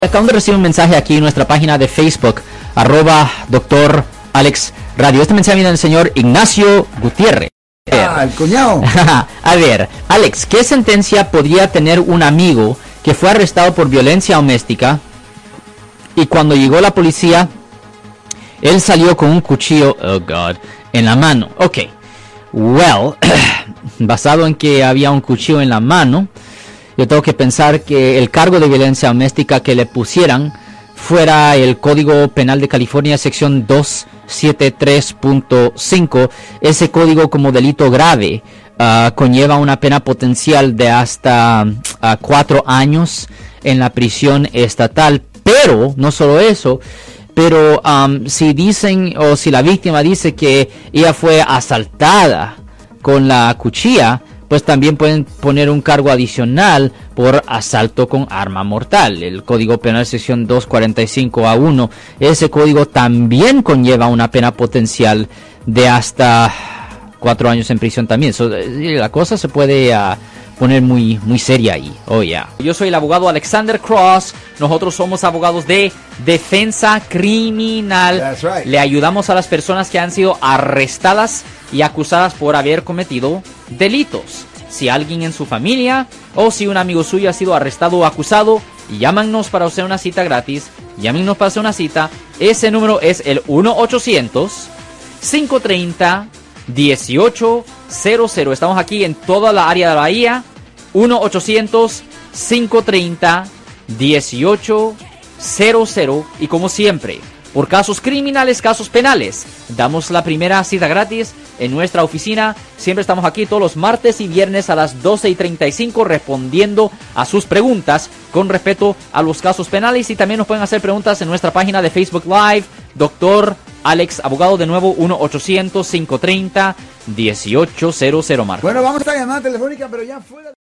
Acabo de recibir un mensaje aquí en nuestra página de Facebook, @Dr. Alex Radio. Este mensaje viene del señor Ignacio Gutiérrez. El cuñado. A ver, Alex, ¿qué sentencia podría tener un amigo que fue arrestado por violencia doméstica y cuando llegó la policía, él salió con un cuchillo, en la mano? Ok, well, basado en que había un cuchillo en la mano, yo tengo que pensar que el cargo de violencia doméstica que le pusieran fuera el Código Penal de California, sección 273.5. Ese código, como delito grave, conlleva una pena potencial de hasta 4 años en la prisión estatal. Pero, no solo eso, pero si dicen, o si la víctima dice que ella fue asaltada con la cuchilla, pues también pueden poner un cargo adicional por asalto con arma mortal. El Código Penal sección 245A1, ese código también conlleva una pena potencial de hasta 4 años en prisión también. La cosa se puede poner muy seria ahí. Yo soy el abogado Alexander Cross. Nosotros somos abogados de defensa criminal. That's right. Le ayudamos a las personas que han sido arrestadas y acusadas por haber cometido delitos. Si alguien en su familia o si un amigo suyo ha sido arrestado o acusado, llámanos para hacer una cita gratis. Llámenos para hacer una cita. Ese número es el 1-800-530-1800. Estamos aquí en toda la área de la Bahía. 1-800-530-1800. Y como siempre, por casos criminales, casos penales, damos la primera cita gratis en nuestra oficina. Siempre estamos aquí todos los martes y viernes a las 12:35 respondiendo a sus preguntas con respecto a los casos penales. Y también nos pueden hacer preguntas en nuestra página de Facebook Live. Dr. Alex Abogado, de nuevo, 1-800-530-1800, Marco. Bueno, vamos a esta llamada telefónica, pero ya fuera.